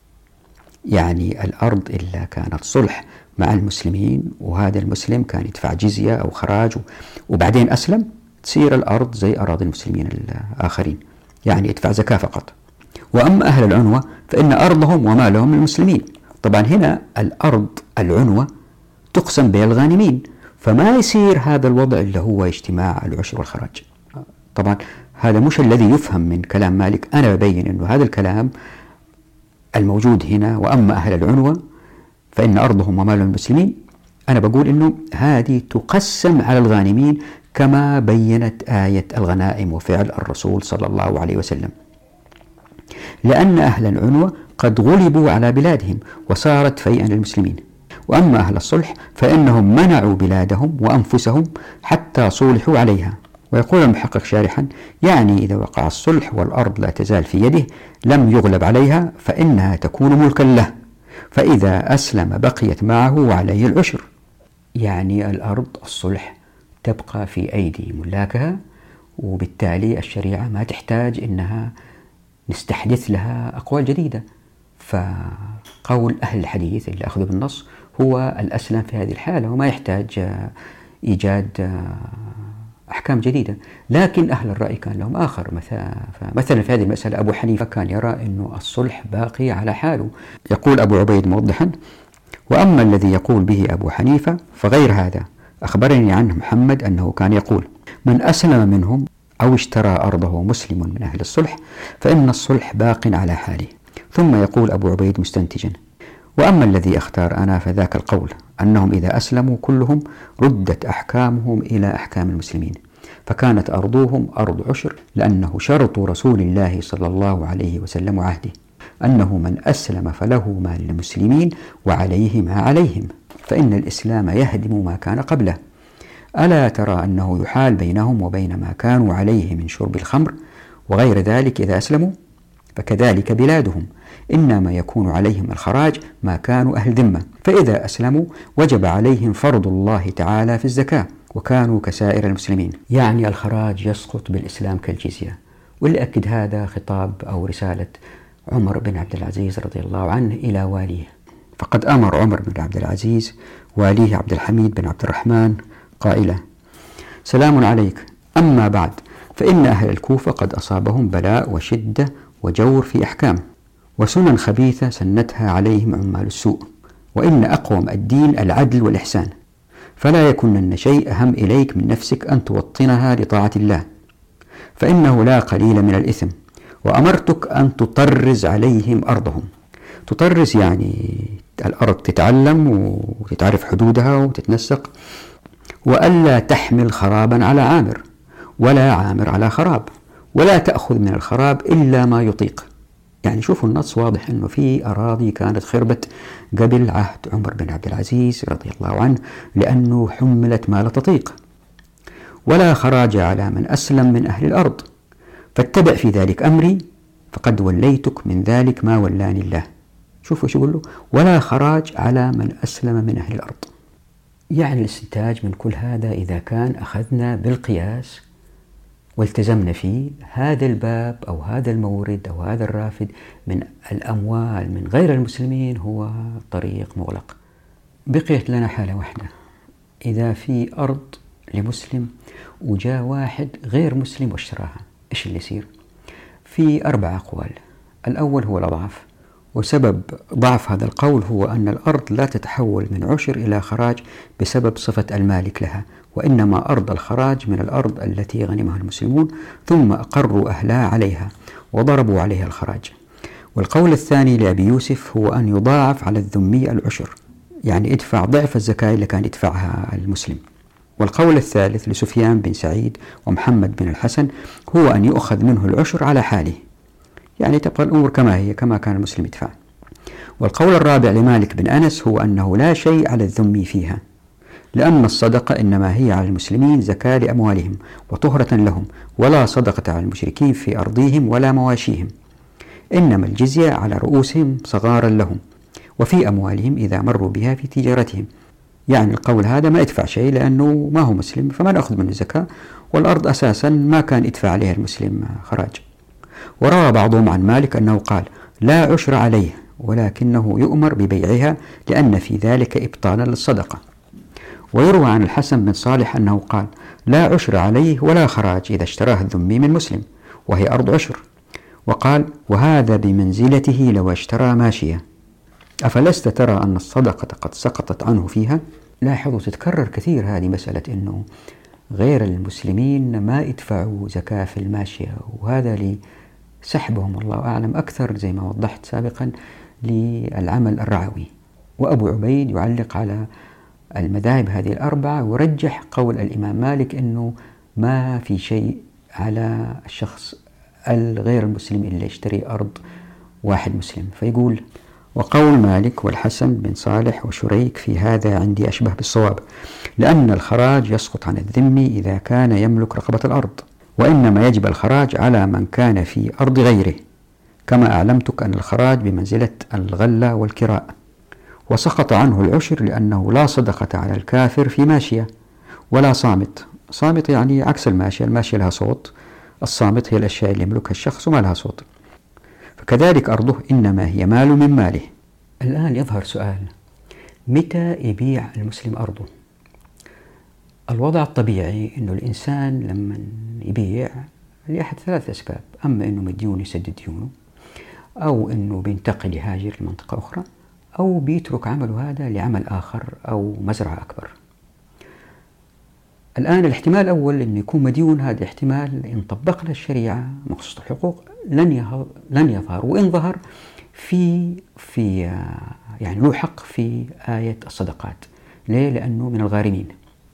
يعني الأرض إلا كانت صلح مع المسلمين وهذا المسلم كان يدفع جزية أو خراج وبعدين أسلم، تصير الأرض زي أراضي المسلمين الآخرين، يعني يدفع زكاة فقط. وأما أهل العنوة فإن أرضهم ومالهم للمسلمين. طبعا هنا الأرض العنوة تقسم بين الغانمين، فما يصير هذا الوضع اللي هو اجتماع العشر والخراج. طبعا هذا مش الذي يفهم من كلام مالك، أنا ببين أنه هذا الكلام الموجود هنا وأما أهل العنوة فإن أرضهم ومال المسلمين، أنا بقول أنه هذه تقسم على الغانمين كما بينت آية الغنائم وفعل الرسول صلى الله عليه وسلم، لأن أهل العنوة قد غلبوا على بلادهم وصارت فيئا للمسلمين. وأما أهل الصلح فإنهم منعوا بلادهم وأنفسهم حتى صولحوا عليها. ويقول المحقق شارحا: يعني إذا وقع الصلح والأرض لا تزال في يده لم يغلب عليها فإنها تكون ملكا له، فإذا أسلم بقيت معه وعليه العشر. يعني الأرض الصلح تبقى في أيدي ملاكها، وبالتالي الشريعة ما تحتاج إنها نستحدث لها أقوال جديدة. فقول أهل الحديث اللي أخذوا بالنص هو الأسلم في هذه الحالة وما يحتاج إيجاد أحكام جديدة. لكن أهل الرأي كان لهم آخر. مثلا في هذه المسألة أبو حنيفة كان يرى أنه الصلح باقي على حاله. يقول أبو عبيد موضحا: وأما الذي يقول به أبو حنيفة فغير هذا. أخبرني عنه محمد أنه كان يقول: من أسلم منهم أو اشترى أرضه مسلم من أهل الصلح فإن الصلح باق على حاله. ثم يقول أبو عبيد مستنتجا: وأما الذي أختار أنا فذاك القول أنهم إذا أسلموا كلهم ردت أحكامهم إلى أحكام المسلمين، فكانت أرضهم أرض عشر، لأنه شرط رسول الله صلى الله عليه وسلم وعهده أنه من أسلم فله ما للمسلمين وعليه ما عليهم، فإن الإسلام يهدم ما كان قبله. ألا ترى أنه يحال بينهم وبين ما كانوا عليه من شرب الخمر وغير ذلك إذا أسلموا؟ فكذلك بلادهم إنما يكون عليهم الخراج ما كانوا أهل ذمة، فإذا أسلموا وجب عليهم فرض الله تعالى في الزكاة وكانوا كسائر المسلمين. يعني الخراج يسقط بالإسلام كالجزية. واللي أكد هذا خطاب أو رسالة عمر بن عبد العزيز رضي الله عنه إلى واليه. فقد أمر عمر بن عبد العزيز واليه عبد الحميد بن عبد الرحمن قائلا: سلام عليك، أما بعد فإن أهل الكوفة قد أصابهم بلاء وشدة وجور في أحكام وسنن خبيثة سنتها عليهم عمال السوء، وإن أقوم الدين العدل والإحسان، فلا يكونن شيء أهم إليك من نفسك أن توطنها لطاعة الله، فإنه لا قليل من الإثم، وأمرتك أن تطرز عليهم أرضهم. تطرز يعني الأرض تتعلم وتتعرف حدودها وتتنسق، وألا تحمل خرابا على عامر ولا عامر على خراب، ولا تأخذ من الخراب إلا ما يطيق. يعني شوفوا النص واضح أنه في أراضي كانت خربت قبل عهد عمر بن عبد العزيز رضي الله عنه لأنه حملت ما لا تطيق. ولا خراج على من أسلم من أهل الأرض، فاتبع في ذلك أمري فقد وليتك من ذلك ما ولاني الله. شوفوا شو يقول له: ولا خراج على من أسلم من أهل الأرض. يعني الاستنتاج من كل هذا إذا كان أخذنا بالقياس والتزمنا فيه، هذا الباب أو هذا المورد أو هذا الرافد من الأموال من غير المسلمين هو طريق مغلق. بقيت لنا حالة واحدة: إذا في أرض لمسلم وجاء واحد غير مسلم واشتراها، إيش اللي يصير؟ في أربع أقوال. الأول هو الأضعف، وسبب ضعف هذا القول هو أن الأرض لا تتحول من عشر إلى خراج بسبب صفة المالك لها، وإنما أرض الخراج من الأرض التي غنمها المسلمون ثم أقروا أهلها عليها وضربوا عليها الخراج. والقول الثاني لأبي يوسف هو أن يضاعف على الذمي العشر، يعني ادفع ضعف الزكاة اللي كان يدفعها المسلم. والقول الثالث لسفيان بن سعيد ومحمد بن الحسن هو أن يؤخذ منه العشر على حاله، يعني تبقى الأمور كما هي كما كان المسلم يدفع. والقول الرابع لمالك بن أنس هو أنه لا شيء على الذمي فيها، لأن الصدقة إنما هي على المسلمين زكاة لأموالهم وطهرة لهم، ولا صدقة على المشركين في أرضهم ولا مواشيهم، إنما الجزية على رؤوسهم صغارا لهم وفي أموالهم إذا مروا بها في تجارتهم. يعني القول هذا ما يدفع شيء لأنه ما هو مسلم فما نأخذ منه الزكاة، والأرض أساسا ما كان يدفع عليها المسلم خراج. وروى بعضهم عن مالك أنه قال لا عشر عليه ولكنه يؤمر ببيعها لأن في ذلك إبطالا للصدقة. ويروى عن الحسن بن صالح أنه قال لا عشر عليه ولا خراج إذا اشتراه الذمي من مسلم وهي أرض عشر. وقال وهذا بمنزلته لو اشترى ماشية. أفلست ترى أن الصدقة قد سقطت عنه فيها؟ لاحظوا تتكرر كثير هذه مسألة أنه غير المسلمين ما يدفعوا زكاة في الماشية، وهذا لسحبهم الله أعلم أكثر زي ما وضحت سابقا للعمل الرعوي. وأبو عبيد يعلق على المذاهب هذه الأربعة ورجح قول الإمام مالك أنه ما في شيء على الشخص الغير المسلم إلا يشتري أرض واحد مسلم. فيقول وقول مالك والحسن بن صالح وشريك في هذا عندي أشبه بالصواب، لأن الخراج يسقط عن الذمي إذا كان يملك رقبة الأرض، وإنما يجب الخراج على من كان في أرض غيره، كما أعلمتك أن الخراج بمنزلة الغلة والكراء. وسقط عنه العشر لأنه لا صدقة على الكافر في ماشية ولا صامت. صامت يعني عكس الماشية، الماشية لها صوت، الصامت هي الأشياء اللي يملكها الشخص وما لها صوت. فكذلك أرضه إنما هي مال من ماله. الآن يظهر سؤال، متى يبيع المسلم أرضه؟ الوضع الطبيعي أنه الإنسان لما يبيع لأحد ثلاث أسباب، أما أنه مديون يسدد ديونه، أو أنه بينتقل يهاجر لمنطقة أخرى، أو بيترك عمله هذا لعمل آخر أو مزرعة أكبر. الآن الاحتمال الأول أنه يكون مديون، هذا احتمال إن طبقنا الشريعة مخصوص الحقوق لن لن يظهر، وإن ظهر في في يعني له حق في آية الصدقات. ليه؟ لأنه من الغارمين.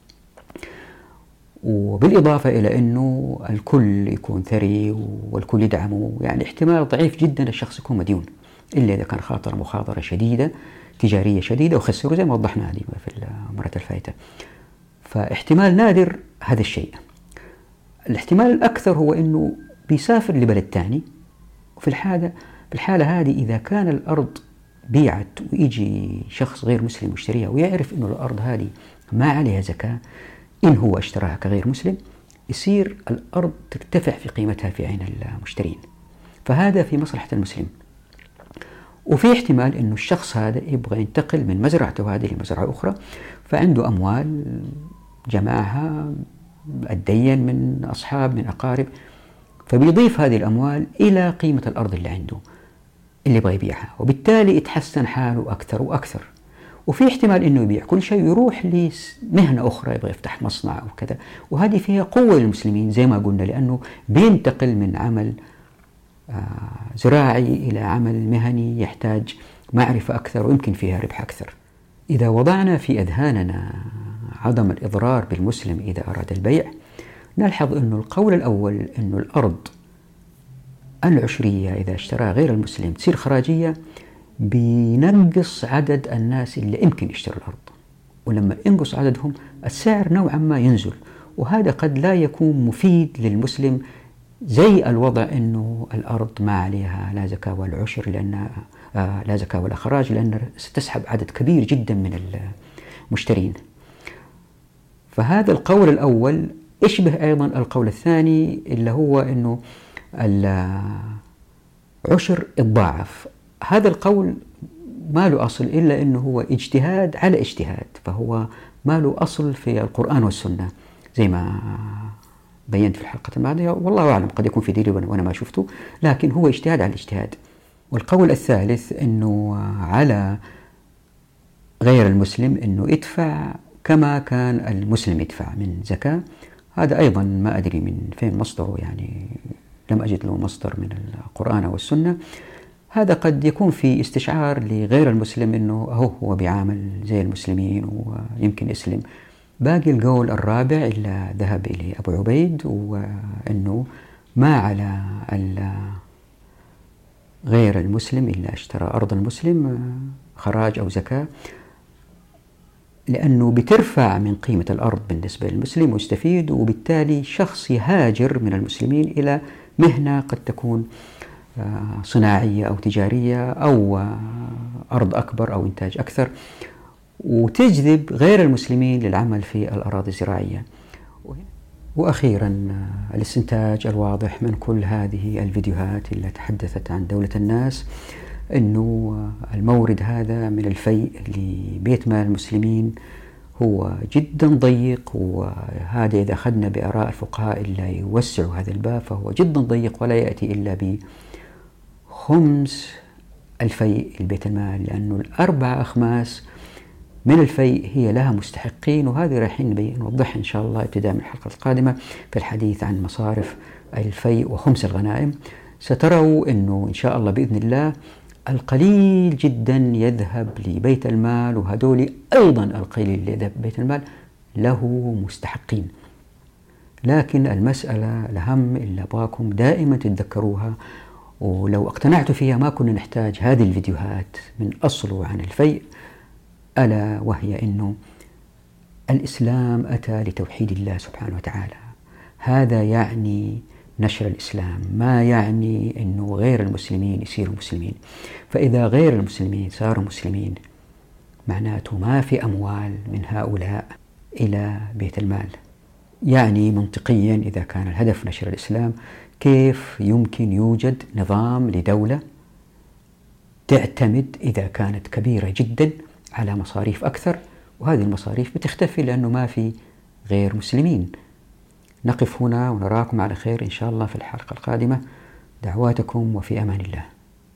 وبالإضافة إلى أنه الكل يكون ثري والكل يدعمه، يعني احتمال ضعيف جدا الشخص يكون مديون إلا إذا كان خاطر مخاطرة شديدة تجارية شديدة وخسره زي ما وضحنا هذه في المرة الفائتة. فاحتمال نادر هذا الشيء. الاحتمال الأكثر هو أنه بيسافر لبلد ثاني، وفي الحالة في الحالة هذه إذا كان الأرض بيعت ويجي شخص غير مسلم يشتريها ويعرف أنه الأرض هذه ما عليها زكاة إن هو اشتراها كغير مسلم، يصير الأرض ترتفع في قيمتها في عين المشترين، فهذا في مصلحة المسلم. وفي احتمال أنه الشخص هذا يبغى ينتقل من مزرعته هذه لمزرعة أخرى، فعنده أموال جمعها الدين من أصحاب من أقارب، فبيضيف هذه الأموال إلى قيمة الأرض اللي عنده اللي يبغى يبيعها، وبالتالي يتحسن حاله أكثر وأكثر. وفي احتمال أنه يبيع كل شيء ويروح لمهنة أخرى، يبغى يفتح مصنع أو كذا، وهذه فيها قوة للمسلمين زي ما قلنا، لأنه بينتقل من عمل زراعي إلى عمل مهني يحتاج معرفة أكثر ويمكن فيها ربح أكثر. إذا وضعنا في أذهاننا عدم الإضرار بالمسلم إذا أراد البيع، نلحظ أن القول الأول أن الأرض العشرية إذا اشتراها غير المسلم تصير خراجية، بينقص عدد الناس اللي يمكن يشتروا الأرض، ولما ينقص عددهم السعر نوعا ما ينزل، وهذا قد لا يكون مفيد للمسلم زي الوضع أنه الأرض ما عليها لا زكاة ولا عشر لأن آه لا زكاة ولا خراج، لأن ستسحب عدد كبير جدا من المشترين. فهذا القول الأول يشبه أيضا القول الثاني اللي هو أنه العشر الضاعف. هذا القول ما له أصل إلا أنه هو اجتهاد على اجتهاد، فهو ما له أصل في القرآن والسنة زي ما بينت في الحلقة الماضية، والله أعلم قد يكون في دليل وأنا ما شفته، لكن هو اجتهاد على الاجتهاد. والقول الثالث أنه على غير المسلم أنه يدفع كما كان المسلم يدفع من زكاة. هذا أيضا ما أدري من فين مصدره، يعني لم أجد له مصدر من القرآن أو السنة. هذا قد يكون في استشعار لغير المسلم أنه هو هو بيعامل زي المسلمين ويمكن يسلم. باقي القول الرابع إلا ذهب إليه أبو عبيد، وأنه ما على غير المسلم إلا اشترى أرض المسلم خراج أو زكاة، لأنه بترفع من قيمة الأرض بالنسبة للمسلم ويستفيد، وبالتالي شخص يهاجر من المسلمين إلى مهنة قد تكون صناعية أو تجارية أو أرض أكبر أو إنتاج أكثر، وتجذب غير المسلمين للعمل في الأراضي الزراعية. وأخيرا الاستنتاج الواضح من كل هذه الفيديوهات اللي تحدثت عن دولة الناس أنه المورد هذا من الفيء لبيت مال المسلمين هو جدا ضيق، وهذا إذا أخذنا بآراء الفقهاء اللي يوسعوا هذا الباب فهو جدا ضيق، ولا يأتي إلا بخمس الفيء البيت المال، لأنه الأربع أخماس من الفيء هي لها مستحقين، وهذه راح نوضحها إن شاء الله ابتداء من الحلقة القادمة في الحديث عن مصارف الفيء وخمس الغنائم. ستروا أنه إن شاء الله بإذن الله القليل جدا يذهب لبيت المال، وهذول أيضا القليل اللي يذهب لبيت المال له مستحقين. لكن المسألة الأهم اللي أبغاكم دائما تتذكروها، ولو اقتنعتوا فيها ما كنا نحتاج هذه الفيديوهات من أصله عن الفيء، ألا وهي أنه الإسلام أتى لتوحيد الله سبحانه وتعالى. هذا يعني نشر الإسلام، ما يعني أنه غير المسلمين يصيروا مسلمين. فإذا غير المسلمين صاروا مسلمين معناته ما في أموال من هؤلاء إلى بيت المال. يعني منطقيا إذا كان الهدف نشر الإسلام، كيف يمكن يوجد نظام لدولة تعتمد إذا كانت كبيرة جدا على مصاريف أكثر، وهذه المصاريف بتختفي لأنه ما في غير مسلمين. نقف هنا ونراكم على خير إن شاء الله في الحلقة القادمة. دعواتكم وفي أمان الله.